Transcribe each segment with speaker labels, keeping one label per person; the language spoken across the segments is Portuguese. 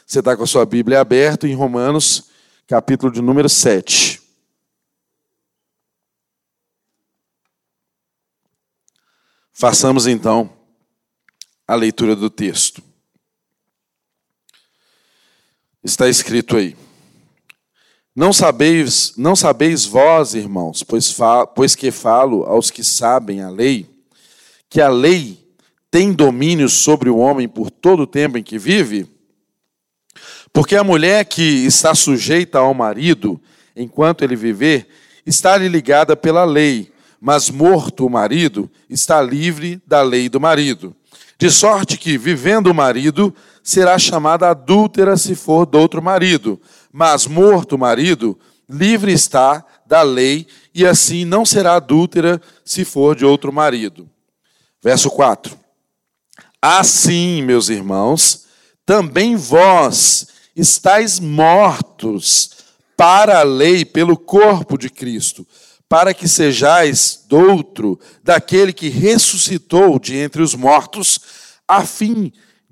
Speaker 1: Você está com a sua Bíblia aberta em Romanos, capítulo de número 7. Façamos então a leitura do texto. Está escrito aí: Não sabeis vós, irmãos, pois que falo aos que sabem a lei, que a lei tem domínio sobre o homem por todo o tempo em que vive? Porque a mulher que está sujeita ao marido, enquanto ele viver, está-lhe ligada pela lei, mas morto o marido, está livre da lei do marido. De sorte que, vivendo o marido, será chamada adúltera se for do outro marido, mas morto o marido, livre está da lei, e assim não será adúltera se for de outro marido. Verso 4. Assim, meus irmãos, também vós estáis mortos para a lei pelo corpo de Cristo, para que sejais doutro daquele que ressuscitou de entre os mortos, a fim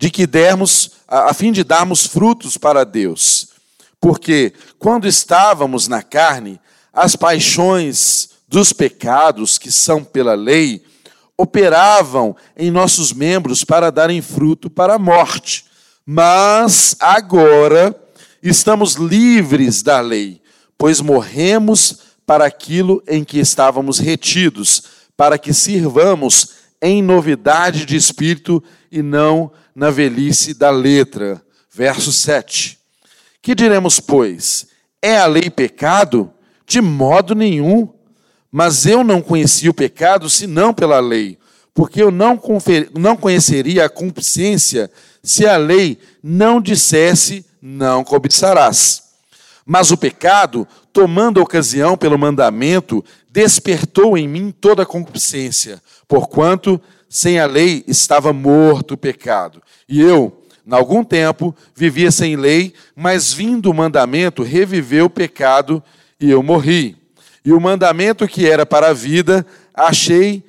Speaker 1: de darmos frutos para Deus. Porque, quando estávamos na carne, as paixões dos pecados, que são pela lei, operavam em nossos membros para darem fruto para a morte. Mas agora estamos livres da lei, pois morremos para aquilo em que estávamos retidos, para que sirvamos em novidade de espírito e não na velhice da letra. Verso 7. Que diremos, pois? É a lei pecado? De modo nenhum. Mas eu não conheci o pecado senão pela lei, porque eu não conheceria a concupiscência se a lei não dissesse, não cobiçarás. Mas o pecado, tomando ocasião pelo mandamento, despertou em mim toda a concupiscência, porquanto sem a lei estava morto o pecado. E eu, em algum tempo, vivia sem lei, mas vindo o mandamento, reviveu o pecado e eu morri. E o mandamento que era para a vida, achei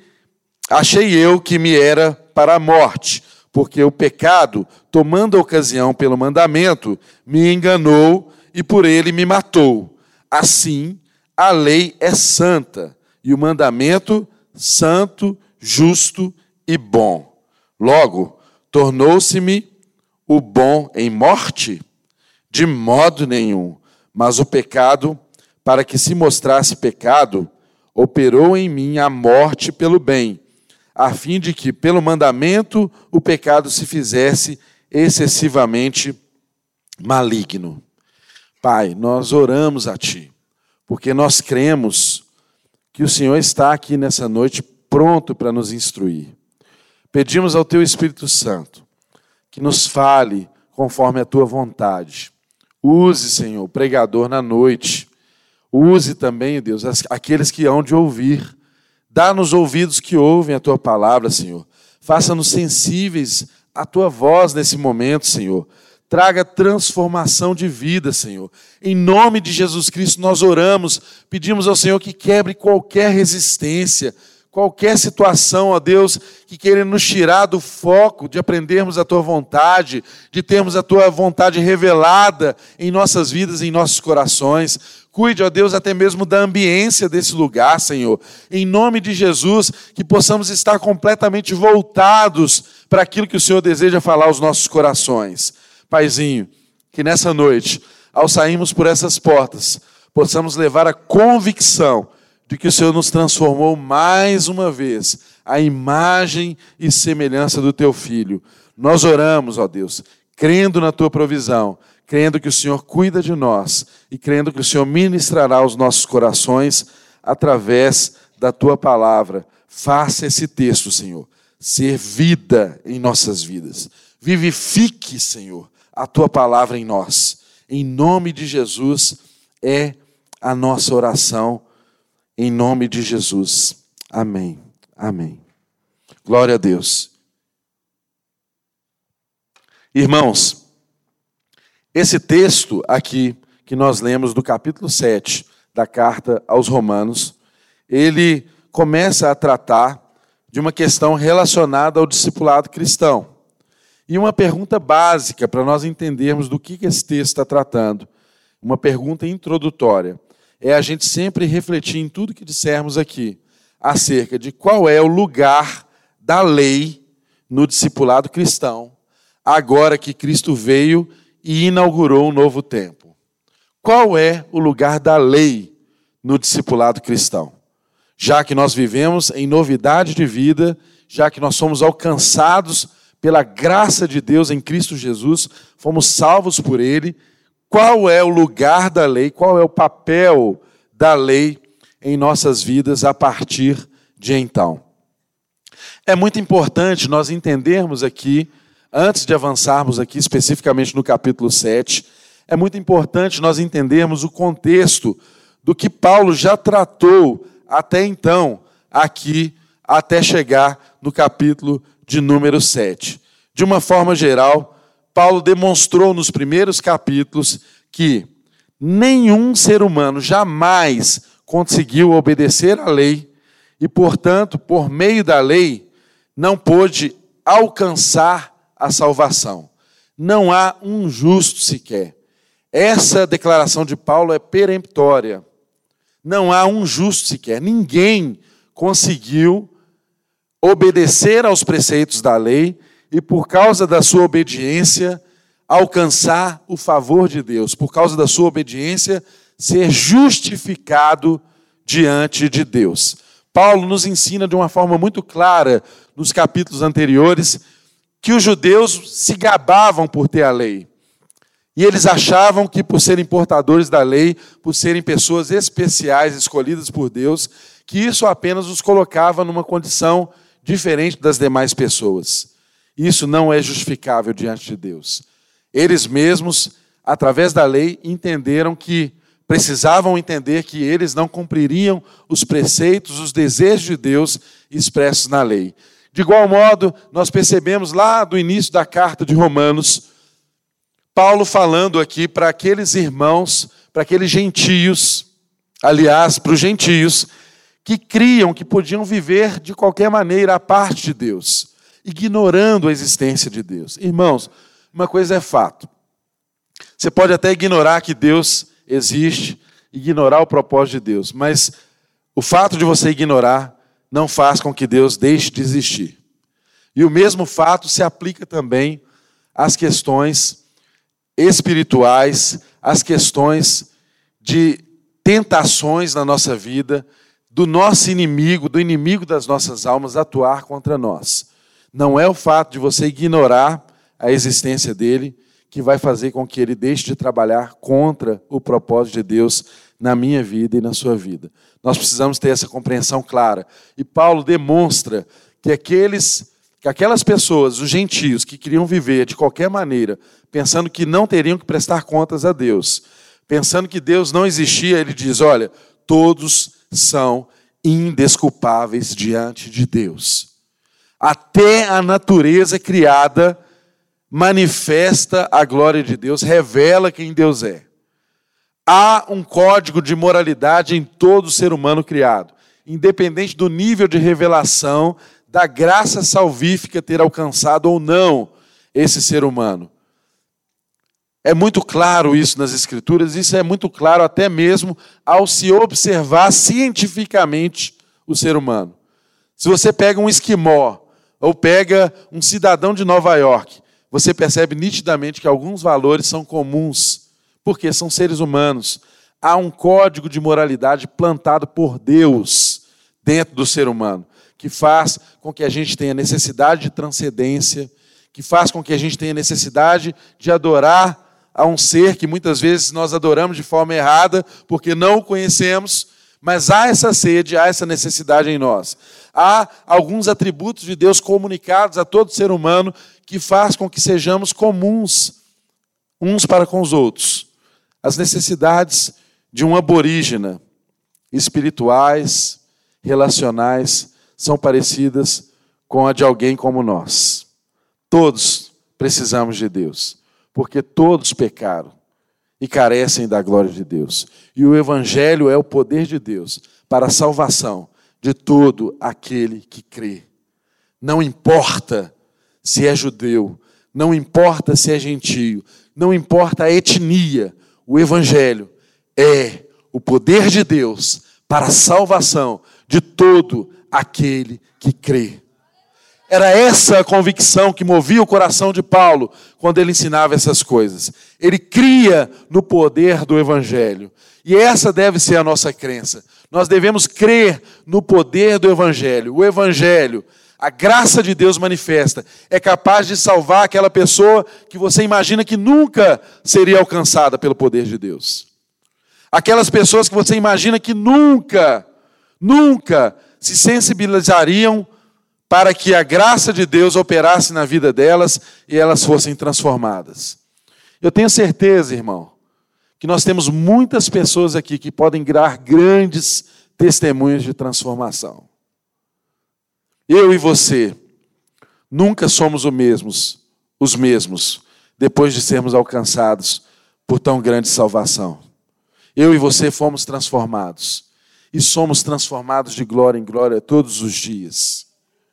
Speaker 1: eu que me era para a morte, porque o pecado, tomando ocasião pelo mandamento, me enganou e por ele me matou. Assim, a lei é santa, e o mandamento santo, justo e bom. Logo, tornou-se-me o bom em morte? De modo nenhum. Mas o pecado, para que se mostrasse pecado, operou em mim a morte pelo bem, a fim de que, pelo mandamento, o pecado se fizesse excessivamente maligno. Pai, nós oramos a Ti, porque nós cremos que o Senhor está aqui nessa noite pronto para nos instruir. Pedimos ao Teu Espírito Santo que nos fale conforme a Tua vontade. Use, Senhor, o pregador na noite. Use também, Deus, aqueles que hão de ouvir. Dá-nos ouvidos que ouvem a Tua palavra, Senhor. Faça-nos sensíveis à Tua voz nesse momento, Senhor. Traga transformação de vida, Senhor. Em nome de Jesus Cristo nós oramos, pedimos ao Senhor que quebre qualquer resistência, qualquer situação, ó Deus, que queira nos tirar do foco de aprendermos a Tua vontade, de termos a Tua vontade revelada em nossas vidas, em nossos corações. Cuide, ó Deus, até mesmo da ambiência desse lugar, Senhor. Em nome de Jesus, que possamos estar completamente voltados para aquilo que o Senhor deseja falar aos nossos corações. Paizinho, que nessa noite, ao sairmos por essas portas, possamos levar a convicção de que o Senhor nos transformou mais uma vez à imagem e semelhança do Teu Filho. Nós oramos, ó Deus, crendo na Tua provisão, crendo que o Senhor cuida de nós e crendo que o Senhor ministrará os nossos corações através da Tua palavra. Faça esse texto, Senhor, ser vida em nossas vidas. Vivifique, Senhor, a Tua palavra em nós. Em nome de Jesus é a nossa oração. Em nome de Jesus. Amém. Amém. Glória a Deus. Irmãos, esse texto aqui que nós lemos do capítulo 7 da carta aos Romanos, ele começa a tratar de uma questão relacionada ao discipulado cristão. E uma pergunta básica para nós entendermos do que esse texto está tratando, uma pergunta introdutória, é a gente sempre refletir em tudo que dissermos aqui, acerca de qual é o lugar da lei no discipulado cristão, agora que Cristo veio e inaugurou um novo tempo. Qual é o lugar da lei no discipulado cristão? Já que nós vivemos em novidade de vida, já que nós somos alcançados pela graça de Deus em Cristo Jesus, fomos salvos por Ele, qual é o lugar da lei, qual é o papel da lei em nossas vidas a partir de então? É muito importante nós entendermos aqui, antes de avançarmos aqui especificamente no capítulo 7, é muito importante nós entendermos o contexto do que Paulo já tratou até então, aqui, até chegar no capítulo de número 7. De uma forma geral, Paulo demonstrou nos primeiros capítulos que nenhum ser humano jamais conseguiu obedecer à lei e, portanto, por meio da lei, não pôde alcançar a salvação. Não há um justo sequer. Essa declaração de Paulo é peremptória. Não há um justo sequer. Ninguém conseguiu obedecer aos preceitos da lei e, por causa da sua obediência, alcançar o favor de Deus. Por causa da sua obediência, ser justificado diante de Deus. Paulo nos ensina de uma forma muito clara, nos capítulos anteriores, que os judeus se gabavam por ter a lei. E eles achavam que, por serem portadores da lei, por serem pessoas especiais, escolhidas por Deus, que isso apenas os colocava numa condição diferente das demais pessoas. Isso não é justificável diante de Deus. Eles mesmos, através da lei, entenderam que precisavam entender que eles não cumpririam os preceitos, os desejos de Deus expressos na lei. De igual modo, nós percebemos lá do início da carta de Romanos, Paulo falando aqui para aqueles irmãos, para aqueles gentios, aliás, para os gentios, que criam que podiam viver de qualquer maneira à parte de Deus, ignorando a existência de Deus. Irmãos, uma coisa é fato. Você pode até ignorar que Deus existe, ignorar o propósito de Deus, mas o fato de você ignorar não faz com que Deus deixe de existir. E o mesmo fato se aplica também às questões espirituais, às questões de tentações na nossa vida, do nosso inimigo, do inimigo das nossas almas atuar contra nós. Não é o fato de você ignorar a existência dele que vai fazer com que ele deixe de trabalhar contra o propósito de Deus na minha vida e na sua vida. Nós precisamos ter essa compreensão clara. E Paulo demonstra que aquelas pessoas, os gentios, que queriam viver de qualquer maneira, pensando que não teriam que prestar contas a Deus, pensando que Deus não existia, ele diz, olha, todos são indesculpáveis diante de Deus. Até a natureza criada manifesta a glória de Deus, revela quem Deus é. Há um código de moralidade em todo ser humano criado, independente do nível de revelação, da graça salvífica ter alcançado ou não esse ser humano. É muito claro isso nas Escrituras, isso é muito claro até mesmo ao se observar cientificamente o ser humano. Se você pega um esquimó ou pega um cidadão de Nova York, você percebe nitidamente que alguns valores são comuns, porque são seres humanos. Há um código de moralidade plantado por Deus dentro do ser humano, que faz com que a gente tenha necessidade de transcendência, que faz com que a gente tenha necessidade de adorar a um ser que muitas vezes nós adoramos de forma errada, porque não o conhecemos, mas há essa sede, há essa necessidade em nós. Há alguns atributos de Deus comunicados a todo ser humano que faz com que sejamos comuns uns para com os outros. As necessidades de um aborígena, espirituais, relacionais, são parecidas com a de alguém como nós. Todos precisamos de Deus, porque todos pecaram e carecem da glória de Deus. E o Evangelho é o poder de Deus para a salvação de todo aquele que crê. Não importa se é judeu, não importa se é gentio, não importa a etnia, o Evangelho é o poder de Deus para a salvação de todo aquele que crê. Era essa a convicção que movia o coração de Paulo quando ele ensinava essas coisas. Ele cria no poder do Evangelho. E essa deve ser a nossa crença. Nós devemos crer no poder do Evangelho. O Evangelho, a graça de Deus manifesta, é capaz de salvar aquela pessoa que você imagina que nunca seria alcançada pelo poder de Deus. Aquelas pessoas que você imagina que nunca se sensibilizariam para que a graça de Deus operasse na vida delas e elas fossem transformadas. Eu tenho certeza, irmão, que nós temos muitas pessoas aqui que podem dar grandes testemunhos de transformação. Eu e você nunca somos os mesmos, depois de sermos alcançados por tão grande salvação. Eu e você fomos transformados, e somos transformados de glória em glória todos os dias.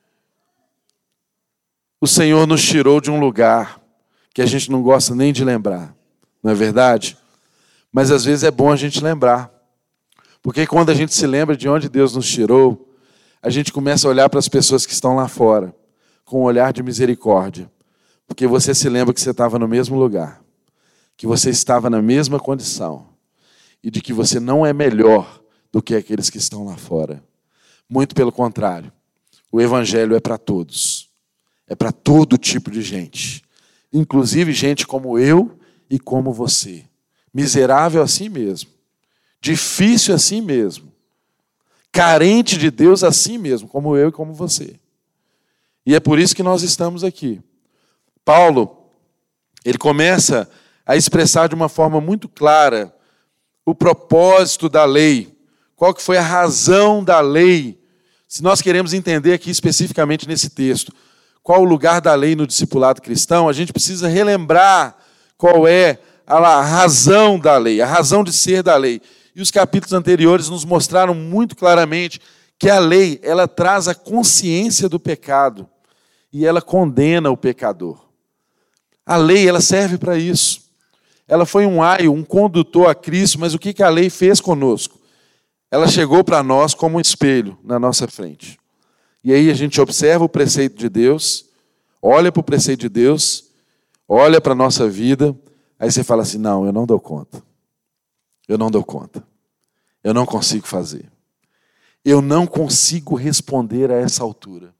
Speaker 1: O Senhor nos tirou de um lugar que a gente não gosta nem de lembrar, não é verdade? Mas às vezes é bom a gente lembrar, porque quando a gente se lembra de onde Deus nos tirou, a gente começa a olhar para as pessoas que estão lá fora, com um olhar de misericórdia, porque você se lembra que você estava no mesmo lugar, que você estava na mesma condição, e de que você não é melhor do que aqueles que estão lá fora. Muito pelo contrário, o Evangelho é para todos, é para todo tipo de gente, inclusive gente como eu e como você. Miserável assim mesmo, difícil assim mesmo, carente de Deus assim mesmo, como eu e como você. E é por isso que nós estamos aqui. Paulo, ele começa a expressar de uma forma muito clara o propósito da lei, qual que foi a razão da lei. Se nós queremos entender aqui especificamente nesse texto, qual o lugar da lei no discipulado cristão, a gente precisa relembrar qual é a razão da lei, a razão de ser da lei. E os capítulos anteriores nos mostraram muito claramente que a lei, ela traz a consciência do pecado e ela condena o pecador. A lei, ela serve para isso. Ela foi um aio, um condutor a Cristo, mas o que a lei fez conosco? Ela chegou para nós como um espelho na nossa frente. E aí a gente observa o preceito de Deus, olha para o preceito de Deus, olha para a nossa vida. Aí você fala assim, não, eu não dou conta. Eu não dou conta. Eu não consigo fazer. Eu não consigo responder a essa altura.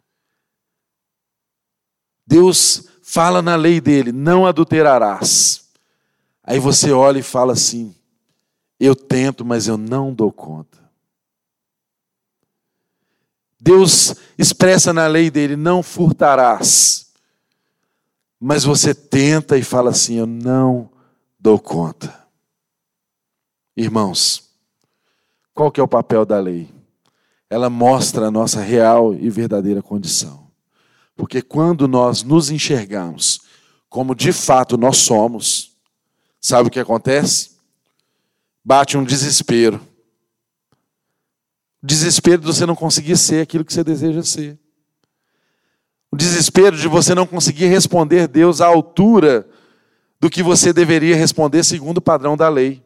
Speaker 1: Deus fala na lei dele, não adulterarás. Aí você olha e fala assim, eu tento, mas eu não dou conta. Deus expressa na lei dele, não furtarás. Mas você tenta e fala assim, eu não dou conta. Irmãos, qual que é o papel da lei? Ela mostra a nossa real e verdadeira condição. Porque quando nós nos enxergamos como de fato nós somos, sabe o que acontece? Bate um desespero. O desespero de você não conseguir ser aquilo que você deseja ser. O desespero de você não conseguir responder Deus à altura do que você deveria responder segundo o padrão da lei.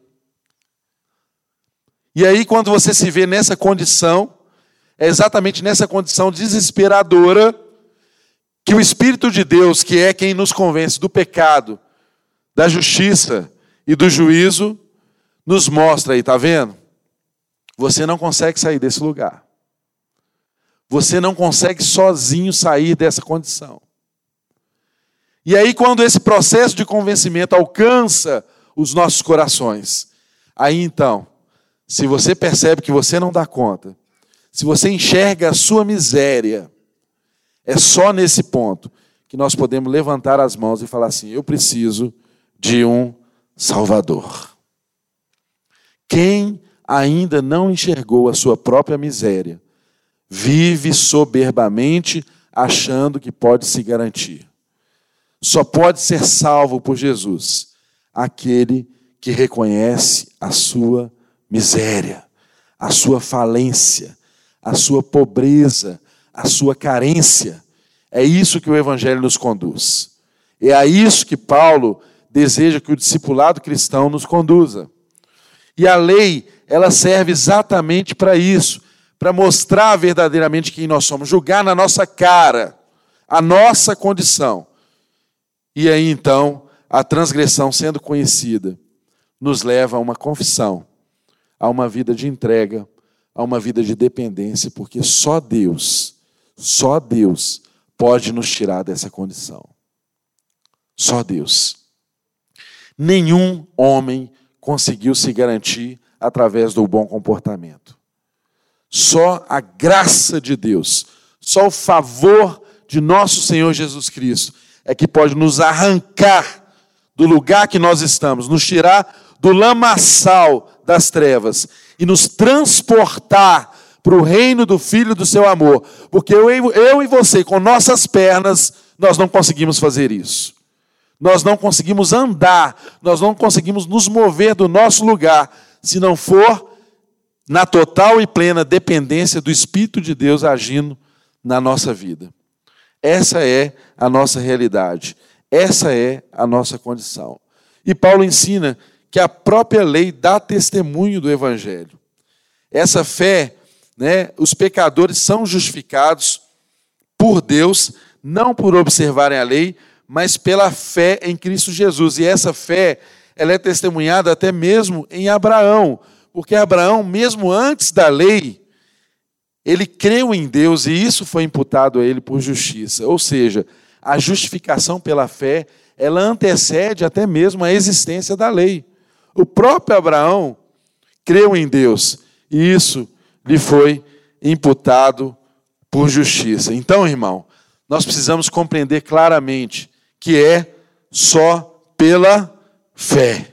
Speaker 1: E aí, quando você se vê nessa condição, é exatamente nessa condição desesperadora que o Espírito de Deus, que é quem nos convence do pecado, da justiça e do juízo, nos mostra aí, está vendo? Você não consegue sair desse lugar. Você não consegue sozinho sair dessa condição. E aí, quando esse processo de convencimento alcança os nossos corações, aí então, se você percebe que você não dá conta, se você enxerga a sua miséria, é só nesse ponto que nós podemos levantar as mãos e falar assim, eu preciso de um Salvador. Quem ainda não enxergou a sua própria miséria, vive soberbamente achando que pode se garantir. Só pode ser salvo por Jesus aquele que reconhece a sua miséria, a sua falência, a sua pobreza, a sua carência. É isso que o Evangelho nos conduz. É a isso que Paulo deseja que o discipulado cristão nos conduza. E a lei, ela serve exatamente para isso, para mostrar verdadeiramente quem nós somos, julgar na nossa cara a nossa condição. E aí então, a transgressão sendo conhecida, nos leva a uma confissão, a uma vida de entrega, a uma vida de dependência, porque só Deus pode nos tirar dessa condição. Só Deus. Nenhum homem conseguiu se garantir através do bom comportamento. Só a graça de Deus, só o favor de nosso Senhor Jesus Cristo é que pode nos arrancar do lugar que nós estamos, nos tirar do lamaçal das trevas e nos transportar para o reino do Filho do seu amor. Porque eu e você, com nossas pernas, nós não conseguimos fazer isso. Nós não conseguimos andar, nós não conseguimos nos mover do nosso lugar, se não for na total e plena dependência do Espírito de Deus agindo na nossa vida. Essa é a nossa realidade, essa é a nossa condição. E Paulo ensina que a própria lei dá testemunho do Evangelho. Essa fé, os pecadores são justificados por Deus, não por observarem a lei, mas pela fé em Cristo Jesus. E essa fé, ela é testemunhada até mesmo em Abraão, porque Abraão, mesmo antes da lei, ele creu em Deus e isso foi imputado a ele por justiça. Ou seja, a justificação pela fé, ela antecede até mesmo a existência da lei. O próprio Abraão creu em Deus e isso lhe foi imputado por justiça. Então, irmão, nós precisamos compreender claramente que é só pela fé.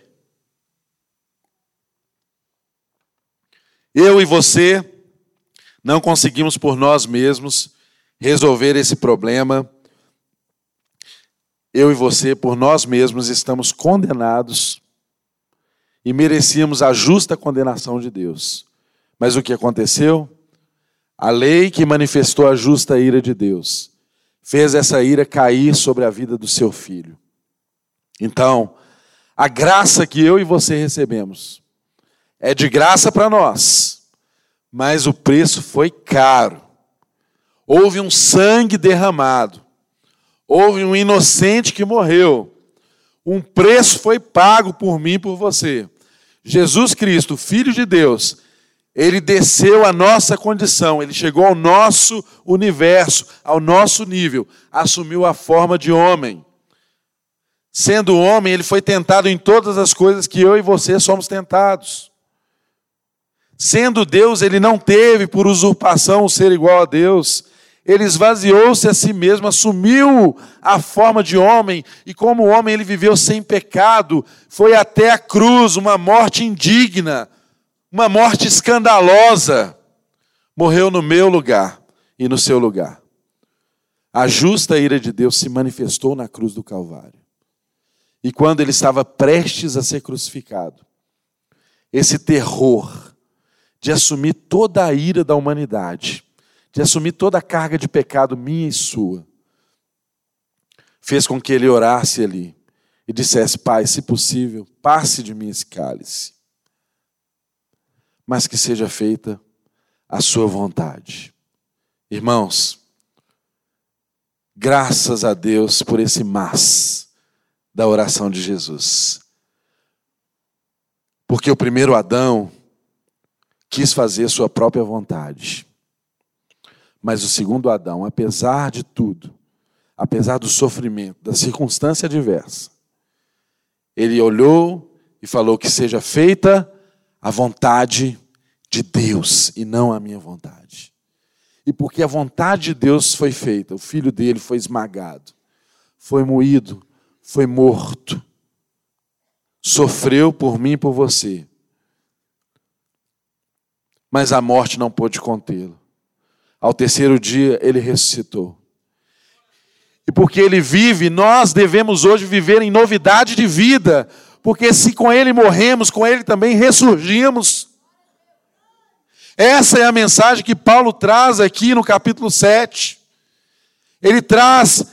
Speaker 1: Eu e você não conseguimos por nós mesmos resolver esse problema. Eu e você, por nós mesmos, estamos condenados e merecíamos a justa condenação de Deus. Mas o que aconteceu? A lei que manifestou a justa ira de Deus fez essa ira cair sobre a vida do seu filho. Então, a graça que eu e você recebemos é de graça para nós, mas o preço foi caro. Houve um sangue derramado, houve um inocente que morreu, um preço foi pago por mim e por você. Jesus Cristo, Filho de Deus, ele desceu à nossa condição, ele chegou ao nosso universo, ao nosso nível, assumiu a forma de homem. Sendo homem, ele foi tentado em todas as coisas que eu e você somos tentados. Sendo Deus, ele não teve por usurpação o ser igual a Deus. Ele esvaziou-se a si mesmo, assumiu a forma de homem, e como homem ele viveu sem pecado, foi até a cruz, uma morte indigna, uma morte escandalosa. Morreu no meu lugar e no seu lugar. A justa ira de Deus se manifestou na cruz do Calvário. E quando ele estava prestes a ser crucificado, esse terror de assumir toda a ira da humanidade, de assumir toda a carga de pecado minha e sua, fez com que ele orasse ali e dissesse: Pai, se possível, passe de mim esse cálice, mas que seja feita a sua vontade. Irmãos, graças a Deus por esse mas da oração de Jesus. Porque o primeiro Adão quis fazer sua própria vontade. Mas o segundo Adão, apesar de tudo, apesar do sofrimento, da circunstância adversa, ele olhou e falou: que seja feita a vontade de Deus e não a minha vontade. E porque a vontade de Deus foi feita, o filho dele foi esmagado, foi moído, foi morto, sofreu por mim e por você. Mas a morte não pôde contê-lo. Ao terceiro dia ele ressuscitou. E porque ele vive, nós devemos hoje viver em novidade de vida. Porque se com ele morremos, com ele também ressurgimos. Essa é a mensagem que Paulo traz aqui no capítulo 7. Ele traz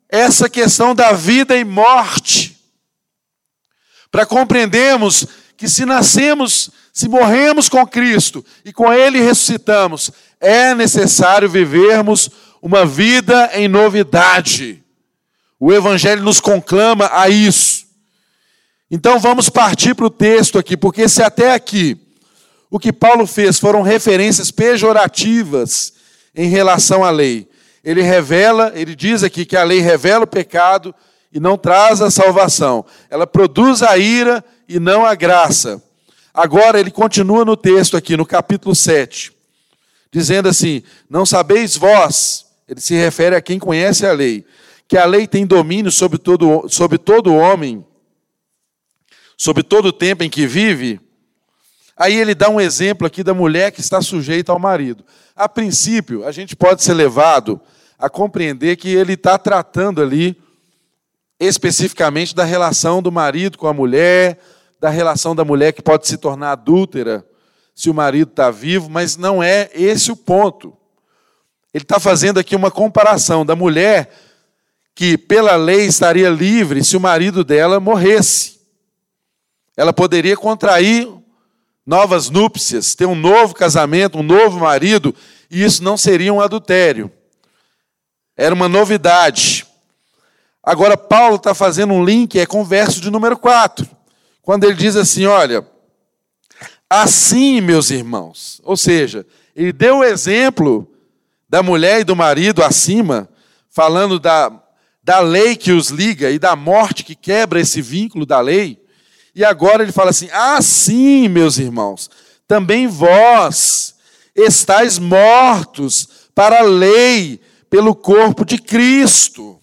Speaker 1: essa questão da vida e morte, para compreendermos que se nascemos, se morremos com Cristo e com Ele ressuscitamos, é necessário vivermos uma vida em novidade. O Evangelho nos conclama a isso. Então vamos partir para o texto aqui, porque se até aqui o que Paulo fez foram referências pejorativas em relação à lei, ele diz aqui que a lei revela o pecado e não traz a salvação. Ela produz a ira e não a graça. Agora ele continua no texto aqui, no capítulo 7, dizendo assim: não sabeis vós, ele se refere a quem conhece a lei, que a lei tem domínio sobre todo homem, sobre todo o tempo em que vive. Aí ele dá um exemplo aqui da mulher que está sujeita ao marido. A princípio, a gente pode ser levado a compreender que ele está tratando ali especificamente da relação do marido com a mulher, da relação da mulher que pode se tornar adúltera se o marido está vivo, mas não é esse o ponto. Ele está fazendo aqui uma comparação da mulher que, pela lei, estaria livre se o marido dela morresse. Ela poderia contrair novas núpcias, ter um novo casamento, um novo marido, e isso não seria um adultério. Era uma novidade. Agora, Paulo está fazendo um link com o verso de número 4, quando ele diz assim, olha, assim, meus irmãos, ou seja, ele deu o exemplo da mulher e do marido acima, falando da lei que os liga e da morte que quebra esse vínculo da lei, e agora ele fala assim, assim, meus irmãos, também vós estáis mortos para a lei pelo corpo de Cristo.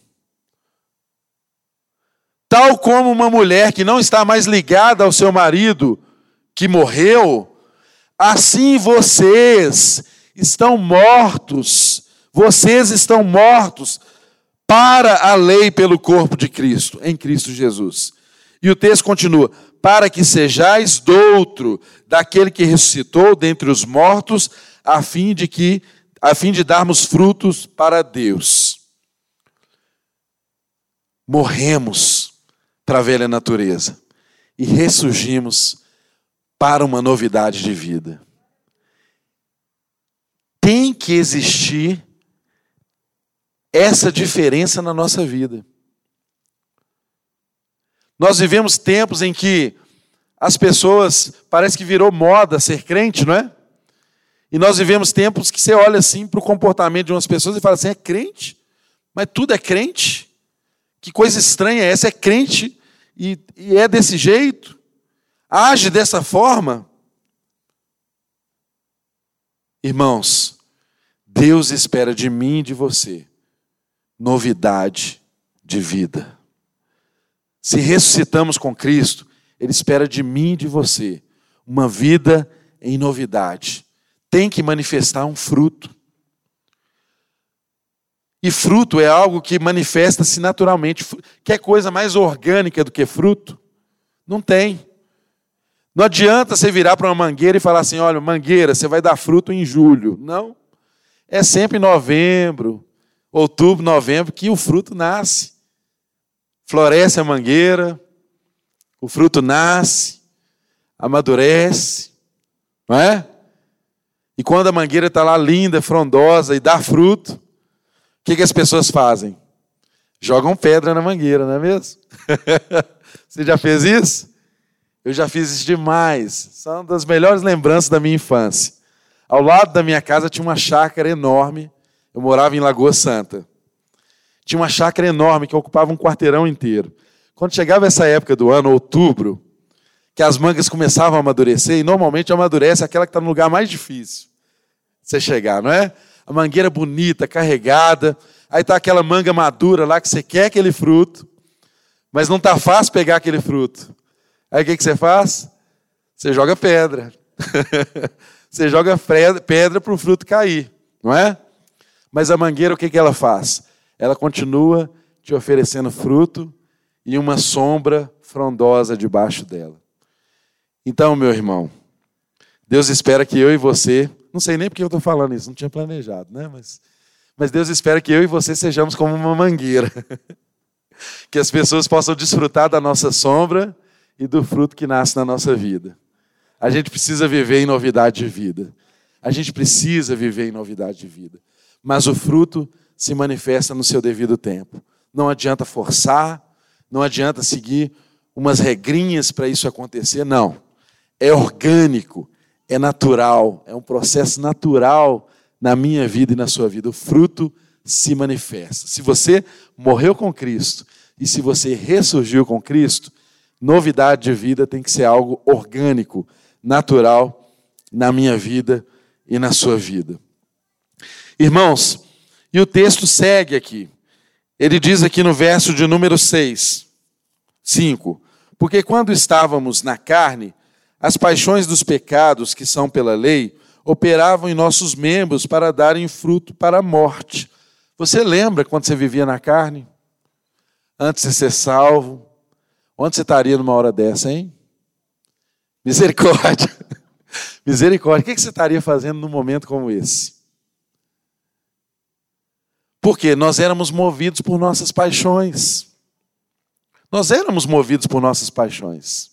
Speaker 1: Tal como uma mulher que não está mais ligada ao seu marido, que morreu, assim vocês estão mortos para a lei pelo corpo de Cristo, em Cristo Jesus. E o texto continua, para que sejais doutro daquele que ressuscitou dentre os mortos, a fim de darmos frutos para Deus. Morremos para a velha natureza e ressurgimos para uma novidade de vida. Tem que existir essa diferença na nossa vida. Nós vivemos tempos em que as pessoas, parece que virou moda ser crente, não é? E nós vivemos tempos que você olha assim para o comportamento de umas pessoas e fala assim, é crente? Mas tudo é crente? Que coisa estranha é essa? É crente e é desse jeito? Age dessa forma? Irmãos, Deus espera de mim e de você novidade de vida. Se ressuscitamos com Cristo, Ele espera de mim e de você uma vida em novidade. Tem que manifestar um fruto. E fruto é algo que manifesta-se naturalmente. Quer coisa mais orgânica do que fruto? Não tem. Não adianta você virar para uma mangueira e falar assim, olha, mangueira, você vai dar fruto em julho. Não. É sempre em novembro, outubro, novembro, que o fruto nasce. Floresce a mangueira, o fruto nasce, amadurece, não é? E quando a mangueira está lá linda, frondosa e dá fruto, o que as pessoas fazem? Jogam pedra na mangueira, não é mesmo? Você já fez isso? Eu já fiz isso demais. São das melhores lembranças da minha infância. Ao lado da minha casa tinha uma chácara enorme. Eu morava em Lagoa Santa. Tinha uma chácara enorme que ocupava um quarteirão inteiro. Quando chegava essa época do ano, outubro, que as mangas começavam a amadurecer, e normalmente amadurece aquela que está no lugar mais difícil de você chegar, não é? A mangueira bonita, carregada, aí está aquela manga madura lá que você quer aquele fruto, mas não está fácil pegar aquele fruto. Aí o que você faz? Você joga pedra. Você joga pedra para o fruto cair, não é? Mas a mangueira, o que ela faz? Ela continua te oferecendo fruto e uma sombra frondosa debaixo dela. Então, meu irmão, Deus espera que eu e você, não sei nem porque eu estou falando isso, não tinha planejado, né? Mas Mas Deus espera que eu e você sejamos como uma mangueira. Que as pessoas possam desfrutar da nossa sombra e do fruto que nasce na nossa vida. A gente precisa viver em novidade de vida. A gente precisa viver em novidade de vida. Mas o fruto se manifesta no seu devido tempo. Não adianta forçar, não adianta seguir umas regrinhas para isso acontecer, não. É orgânico, é natural, é um processo natural na minha vida e na sua vida. O fruto se manifesta. Se você morreu com Cristo e se você ressurgiu com Cristo, novidade de vida tem que ser algo orgânico, natural na minha vida e na sua vida. Irmãos, e o texto segue aqui. Ele diz aqui no verso de número 5. Porque quando estávamos na carne, as paixões dos pecados que são pela lei operavam em nossos membros para darem fruto para a morte. Você lembra quando você vivia na carne? Antes de ser salvo? Onde você estaria numa hora dessa, hein? Misericórdia. Misericórdia. O que você estaria fazendo num momento como esse? Porque nós éramos movidos por nossas paixões. Nós éramos movidos por nossas paixões.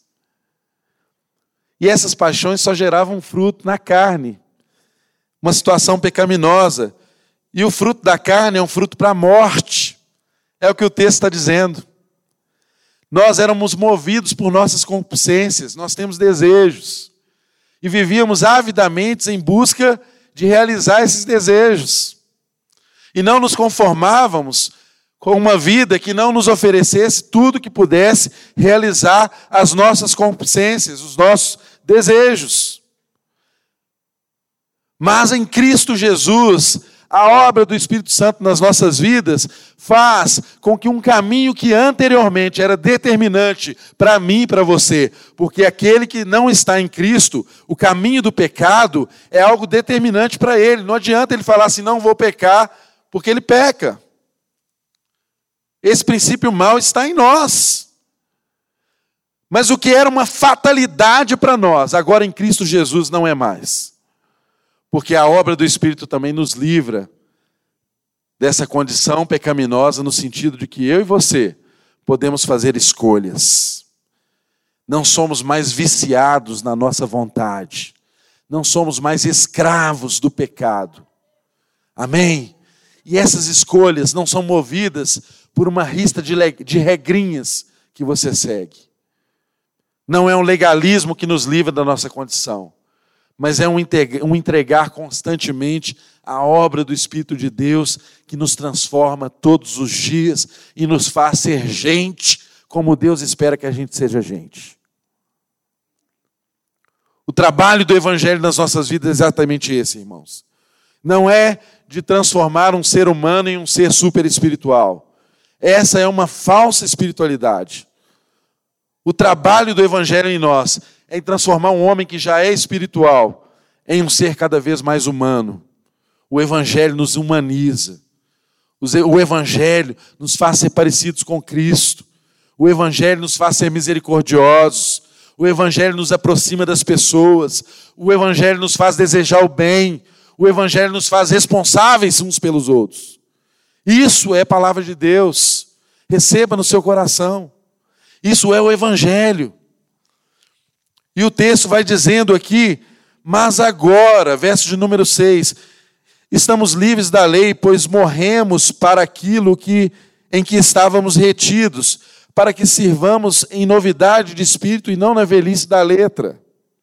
Speaker 1: E essas paixões só geravam fruto na carne. Uma situação pecaminosa. E o fruto da carne é um fruto para a morte. É o que o texto está dizendo. Nós éramos movidos por nossas concupiscências. Nós temos desejos. E vivíamos avidamente em busca de realizar esses desejos. E não nos conformávamos com uma vida que não nos oferecesse tudo que pudesse realizar as nossas concupiscências, os nossos desejos. Mas em Cristo Jesus, a obra do Espírito Santo nas nossas vidas faz com que um caminho que anteriormente era determinante para mim e para você, porque aquele que não está em Cristo, o caminho do pecado é algo determinante para ele. Não adianta ele falar assim, não vou pecar, porque ele peca. Esse princípio mau está em nós. Mas o que era uma fatalidade para nós, agora em Cristo Jesus não é mais. Porque a obra do Espírito também nos livra dessa condição pecaminosa, no sentido de que eu e você podemos fazer escolhas. Não somos mais viciados na nossa vontade. Não somos mais escravos do pecado. Amém? E essas escolhas não são movidas por uma lista de regrinhas que você segue. Não é um legalismo que nos livra da nossa condição, mas é um entregar constantemente a obra do Espírito de Deus que nos transforma todos os dias e nos faz ser gente como Deus espera que a gente seja gente. O trabalho do Evangelho nas nossas vidas é exatamente esse, irmãos. Não é de transformar um ser humano em um ser super espiritual. Essa é uma falsa espiritualidade. O trabalho do Evangelho em nós é transformar um homem que já é espiritual em um ser cada vez mais humano. O Evangelho nos humaniza. O Evangelho nos faz ser parecidos com Cristo. O Evangelho nos faz ser misericordiosos. O Evangelho nos aproxima das pessoas. O Evangelho nos faz desejar o bem. O Evangelho nos faz responsáveis uns pelos outros. Isso é a palavra de Deus. Receba no seu coração. Isso é o Evangelho. E o texto vai dizendo aqui, mas agora, verso de número 6, estamos livres da lei, pois morremos para aquilo em que estávamos retidos, para que sirvamos em novidade de espírito e não na velhice da letra.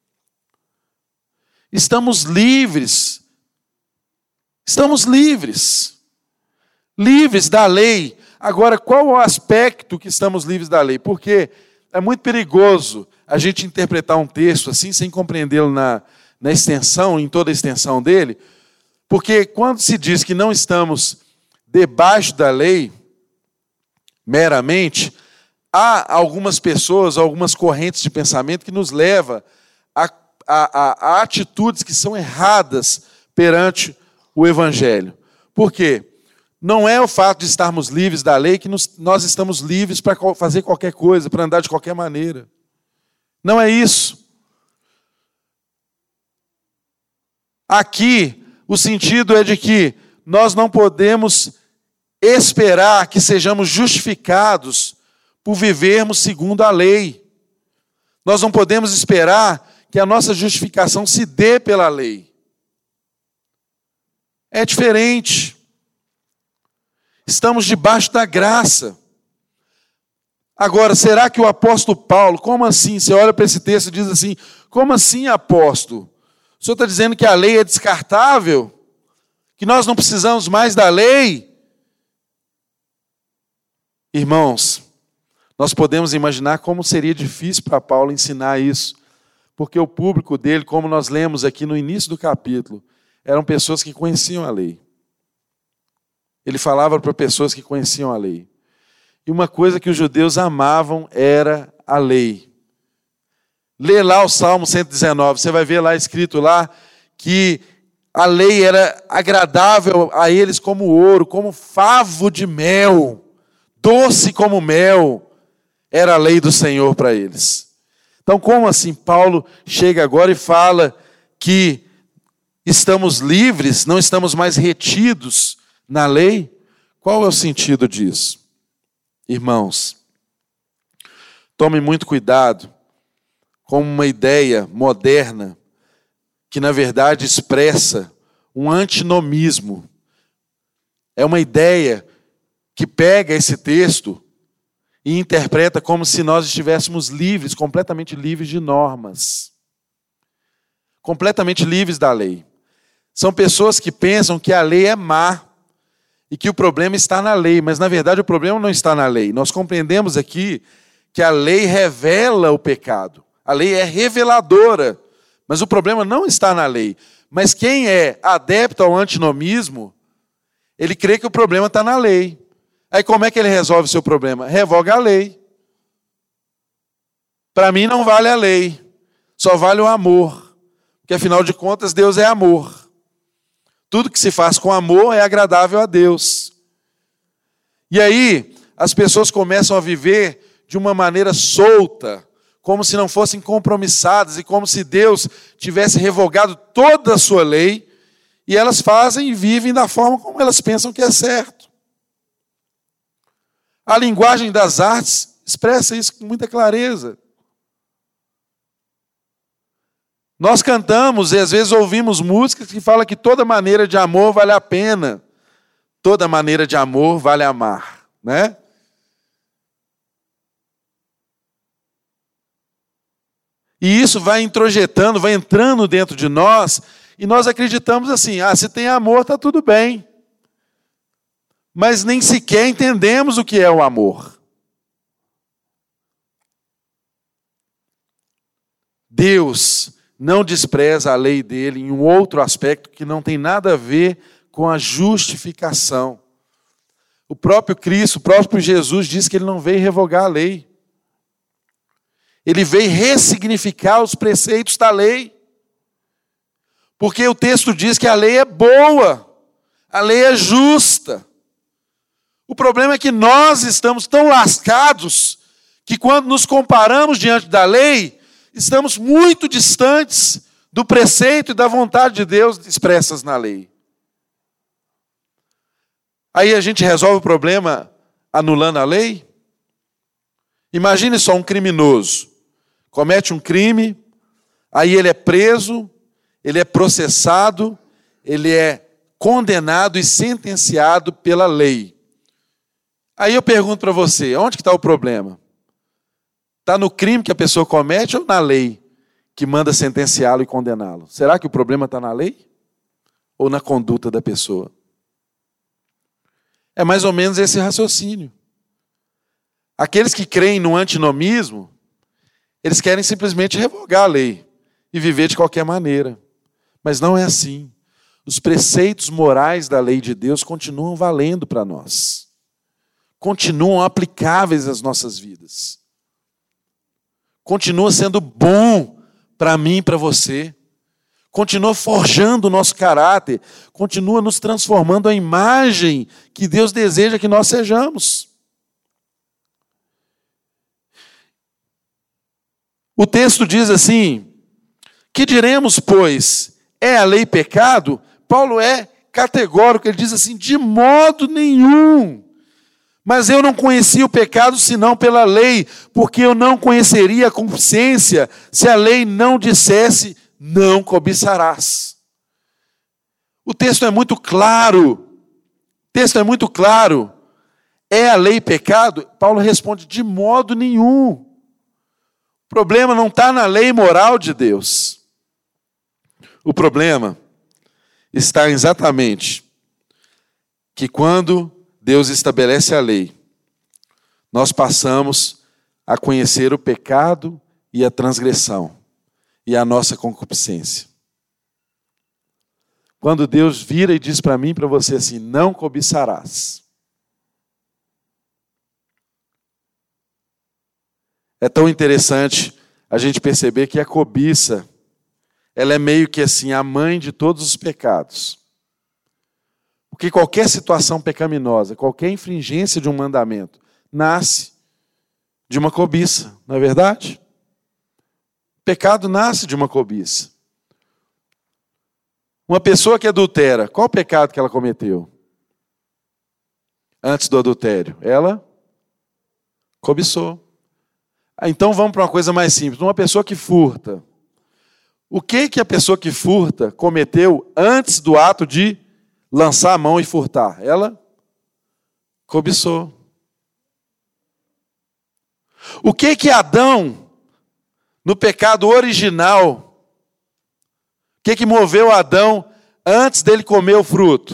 Speaker 1: Estamos livres. Estamos livres. Livres da lei. Agora, qual o aspecto que estamos livres da lei? Porque é muito perigoso a gente interpretar um texto assim, sem compreendê-lo na extensão, em toda a extensão dele, porque quando se diz que não estamos debaixo da lei, meramente, há algumas pessoas, algumas correntes de pensamento que nos levam a atitudes que são erradas perante o Evangelho. Por quê? Não é o fato de estarmos livres da lei que nós estamos livres para fazer qualquer coisa, para andar de qualquer maneira. Não é isso. Aqui, o sentido é de que nós não podemos esperar que sejamos justificados por vivermos segundo a lei. Nós não podemos esperar que a nossa justificação se dê pela lei. É diferente. Estamos debaixo da graça. Agora, será que o apóstolo Paulo, como assim? Você olha para esse texto e diz assim, como assim, apóstolo? O senhor está dizendo que a lei é descartável? Que nós não precisamos mais da lei? Irmãos, nós podemos imaginar como seria difícil para Paulo ensinar isso, porque o público dele, como nós lemos aqui no início do capítulo, eram pessoas que conheciam a lei. Ele falava para pessoas que conheciam a lei. E uma coisa que os judeus amavam era a lei. Lê lá o Salmo 119, você vai ver lá escrito lá que a lei era agradável a eles como ouro, como favo de mel, doce como mel, era a lei do Senhor para eles. Então, como assim Paulo chega agora e fala que estamos livres, não estamos mais retidos na lei? Qual é o sentido disso? Irmãos, tome muito cuidado com uma ideia moderna que, na verdade, expressa um antinomismo. É uma ideia que pega esse texto e interpreta como se nós estivéssemos livres, completamente livres de normas, completamente livres da lei. São pessoas que pensam que a lei é má e que o problema está na lei, mas na verdade o problema não está na lei. Nós compreendemos aqui que a lei revela o pecado, a lei é reveladora, mas o problema não está na lei. Mas quem é adepto ao antinomismo, ele crê que o problema está na lei. Aí como é que ele resolve o seu problema? Revoga a lei. Para mim não vale a lei, só vale o amor, porque afinal de contas Deus é amor. Tudo que se faz com amor é agradável a Deus. E aí as pessoas começam a viver de uma maneira solta, como se não fossem compromissadas e como se Deus tivesse revogado toda a sua lei, e elas fazem e vivem da forma como elas pensam que é certo. A linguagem das artes expressa isso com muita clareza. Nós cantamos e às vezes ouvimos músicas que falam que toda maneira de amor vale a pena, toda maneira de amor vale amar, né? E isso vai introjetando, vai entrando dentro de nós, e nós acreditamos assim, se tem amor, está tudo bem. Mas nem sequer entendemos o que é o amor. Deus não despreza a lei dele em um outro aspecto que não tem nada a ver com a justificação. O próprio Cristo, o próprio Jesus diz que ele não veio revogar a lei. Ele veio ressignificar os preceitos da lei. Porque o texto diz que a lei é boa, a lei é justa. O problema é que nós estamos tão lascados que quando nos comparamos diante da lei, estamos muito distantes do preceito e da vontade de Deus expressas na lei. Aí a gente resolve o problema anulando a lei? Imagine só um criminoso. Comete um crime, aí ele é preso, ele é processado, ele é condenado e sentenciado pela lei. Aí eu pergunto para você, onde que está o problema? Está no crime que a pessoa comete ou na lei que manda sentenciá-lo e condená-lo? Será que o problema está na lei? Ou na conduta da pessoa? É mais ou menos esse raciocínio. Aqueles que creem no antinomismo, eles querem simplesmente revogar a lei e viver de qualquer maneira. Mas não é assim. Os preceitos morais da lei de Deus continuam valendo para nós. Continuam aplicáveis às nossas vidas. Continua sendo bom para mim e para você. Continua forjando o nosso caráter. Continua nos transformando à imagem que Deus deseja que nós sejamos. O texto diz assim, que diremos, pois, é a lei pecado? Paulo é categórico, ele diz assim: de modo nenhum. Mas eu não conhecia o pecado senão pela lei, porque eu não conheceria a concupiscência se a lei não dissesse: não cobiçarás. O texto é muito claro. O texto é muito claro. É a lei pecado? Paulo responde: de modo nenhum. O problema não está na lei moral de Deus. O problema está exatamente que quando Deus estabelece a lei, nós passamos a conhecer o pecado e a transgressão e a nossa concupiscência. Quando Deus vira e diz para mim e para você assim: não cobiçarás. É tão interessante a gente perceber que a cobiça, ela é meio que assim a mãe de todos os pecados. Porque qualquer situação pecaminosa, qualquer infringência de um mandamento, nasce de uma cobiça, não é verdade? Pecado nasce de uma cobiça. Uma pessoa que adultera, qual o pecado que ela cometeu? Antes do adultério, ela cobiçou. Então vamos para uma coisa mais simples. Uma pessoa que furta. O que a pessoa que furta cometeu antes do ato de lançar a mão e furtar? Ela cobiçou. O que Adão, no pecado original, o que moveu Adão antes dele comer o fruto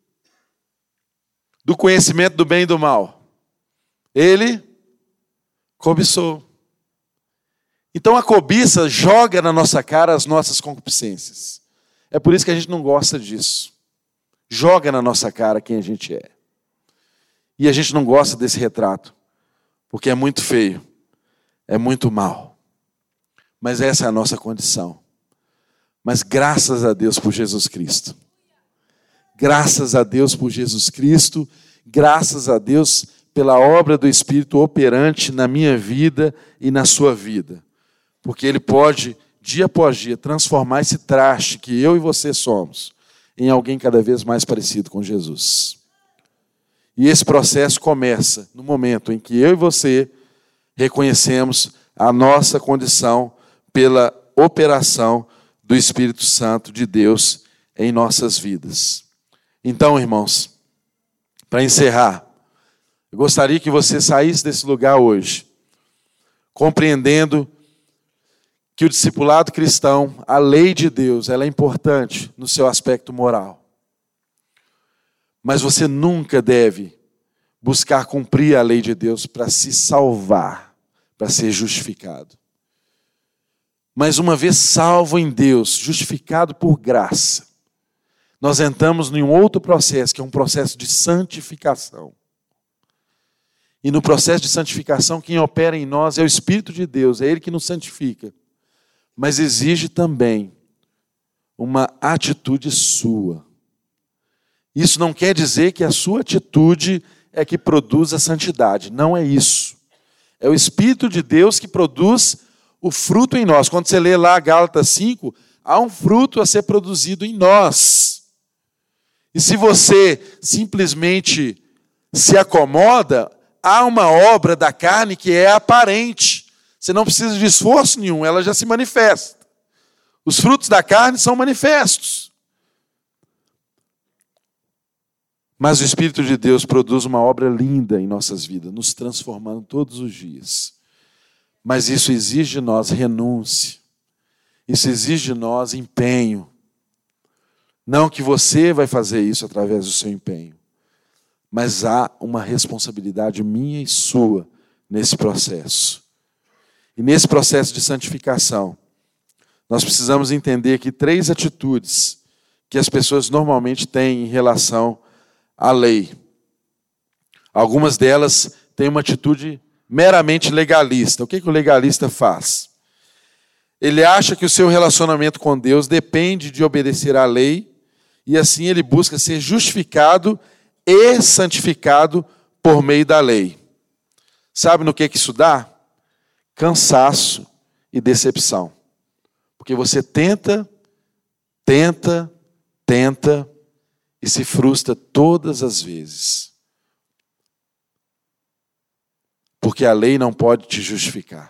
Speaker 1: do conhecimento do bem e do mal? Ele cobiçou. Então a cobiça joga na nossa cara as nossas concupiscências. É por isso que a gente não gosta disso. Joga na nossa cara quem a gente é. E a gente não gosta desse retrato, porque é muito feio, é muito mal. Mas essa é a nossa condição. Mas graças a Deus por Jesus Cristo. Graças a Deus por Jesus Cristo. Graças a Deus pela obra do Espírito operante na minha vida e na sua vida. Porque Ele pode, dia após dia, transformar esse traste que eu e você somos em alguém cada vez mais parecido com Jesus. E esse processo começa no momento em que eu e você reconhecemos a nossa condição pela operação do Espírito Santo de Deus em nossas vidas. Então, irmãos, para encerrar, eu gostaria que você saísse desse lugar hoje, compreendendo que o discipulado cristão, a lei de Deus, ela é importante no seu aspecto moral. Mas você nunca deve buscar cumprir a lei de Deus para se salvar, para ser justificado. Mas uma vez salvo em Deus, justificado por graça, nós entramos em um outro processo, que é um processo de santificação. E no processo de santificação, quem opera em nós é o Espírito de Deus, é Ele que nos santifica. Mas exige também uma atitude sua. Isso não quer dizer que a sua atitude é que produz a santidade. Não é isso. É o Espírito de Deus que produz o fruto em nós. Quando você lê lá Gálatas 5, há um fruto a ser produzido em nós. E se você simplesmente se acomoda, há uma obra da carne que é aparente. Você não precisa de esforço nenhum, ela já se manifesta. Os frutos da carne são manifestos. Mas o Espírito de Deus produz uma obra linda em nossas vidas, nos transformando todos os dias. Mas isso exige de nós renúncia. Isso exige de nós empenho. Não que você vai fazer isso através do seu empenho. Mas há uma responsabilidade minha e sua nesse processo. E nesse processo de santificação, nós precisamos entender que 3 atitudes que as pessoas normalmente têm em relação à lei. Algumas delas têm uma atitude meramente legalista. O que o legalista faz? Ele acha que o seu relacionamento com Deus depende de obedecer à lei, e assim ele busca ser justificado e santificado por meio da lei. Sabe no que isso dá? Cansaço e decepção. Porque você tenta, e se frustra todas as vezes. Porque a lei não pode te justificar.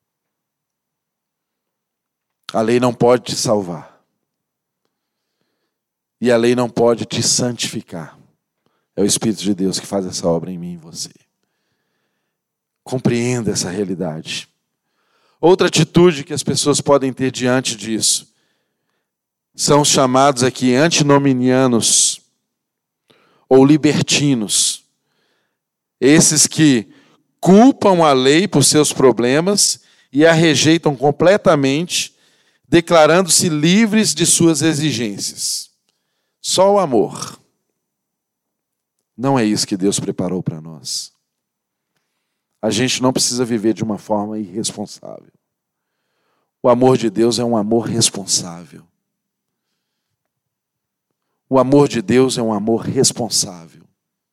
Speaker 1: A lei não pode te salvar. E a lei não pode te santificar. É o Espírito de Deus que faz essa obra em mim e em você. Compreenda essa realidade. Outra atitude que as pessoas podem ter diante disso são os chamados aqui antinominianos ou libertinos. Esses que culpam a lei por seus problemas e a rejeitam completamente, declarando-se livres de suas exigências. Só o amor. Não é isso que Deus preparou para nós. A gente não precisa viver de uma forma irresponsável. O amor de Deus é um amor responsável. O amor de Deus é um amor responsável.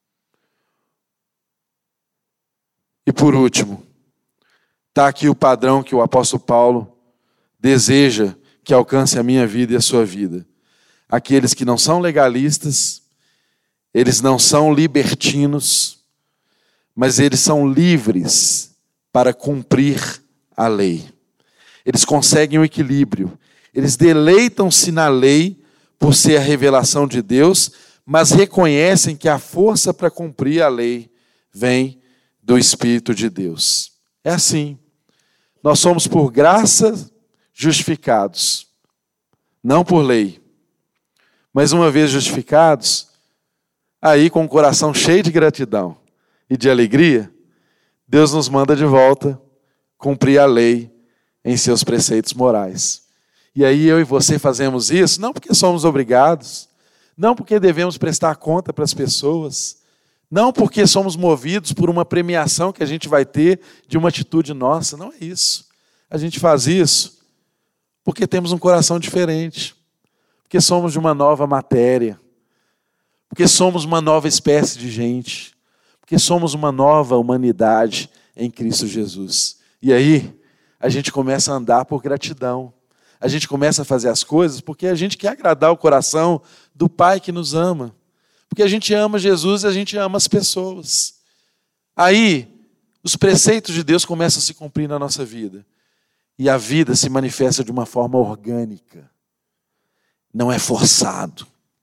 Speaker 1: E por último, está aqui o padrão que o apóstolo Paulo deseja que alcance a minha vida e a sua vida. Aqueles que não são legalistas, eles não são libertinos, mas eles são livres para cumprir a lei. Eles conseguem o equilíbrio. Eles deleitam-se na lei por ser a revelação de Deus, mas reconhecem que a força para cumprir a lei vem do Espírito de Deus. É assim. Nós somos por graça justificados, não por lei. Mas uma vez justificados, aí com o coração cheio de gratidão e de alegria, Deus nos manda de volta cumprir a lei em seus preceitos morais. E aí eu e você fazemos isso, não porque somos obrigados, não porque devemos prestar conta para as pessoas, não porque somos movidos por uma premiação que a gente vai ter de uma atitude nossa, não é isso. A gente faz isso porque temos um coração diferente, porque somos de uma nova matéria, porque somos uma nova espécie de gente, porque somos uma nova humanidade em Cristo Jesus. E aí, a gente começa a andar por gratidão. A gente começa a fazer as coisas porque a gente quer agradar o coração do Pai que nos ama. Porque a gente ama Jesus e a gente ama as pessoas. Aí, os preceitos de Deus começam a se cumprir na nossa vida. E a vida se manifesta de uma forma orgânica. Não é forçado.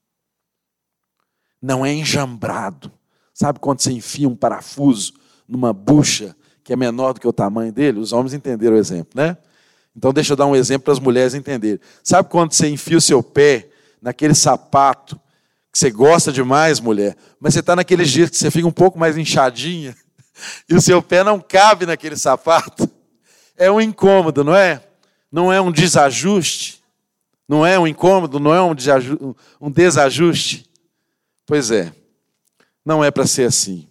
Speaker 1: Não é enjambrado. Sabe quando você enfia um parafuso numa bucha que é menor do que o tamanho dele? Os homens entenderam o exemplo, né? Então deixa eu dar um exemplo para as mulheres entenderem. Sabe quando você enfia o seu pé naquele sapato que você gosta demais, mulher, mas você está naqueles dias que você fica um pouco mais inchadinha e o seu pé não cabe naquele sapato? É um incômodo, não é? Não é um desajuste? Não é um incômodo? Não é um desajuste? Pois é, não é para ser assim.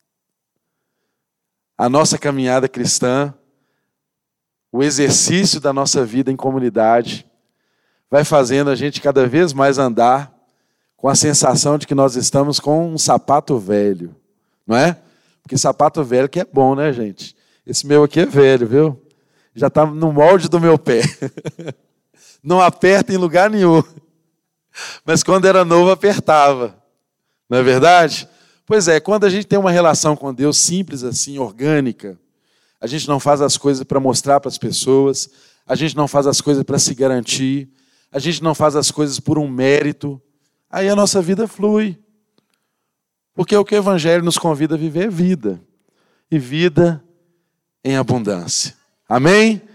Speaker 1: A nossa caminhada cristã, o exercício da nossa vida em comunidade, vai fazendo a gente cada vez mais andar com a sensação de que nós estamos com um sapato velho, não é? Porque sapato velho que é bom, né, gente? Esse meu aqui é velho, viu? Já está no molde do meu pé. Não aperta em lugar nenhum. Mas quando era novo, apertava. Não é verdade? Pois é, quando a gente tem uma relação com Deus simples assim, orgânica, a gente não faz as coisas para mostrar para as pessoas, a gente não faz as coisas para se garantir, a gente não faz as coisas por um mérito, aí a nossa vida flui. Porque o que o Evangelho nos convida a viver é vida. E vida em abundância. Amém?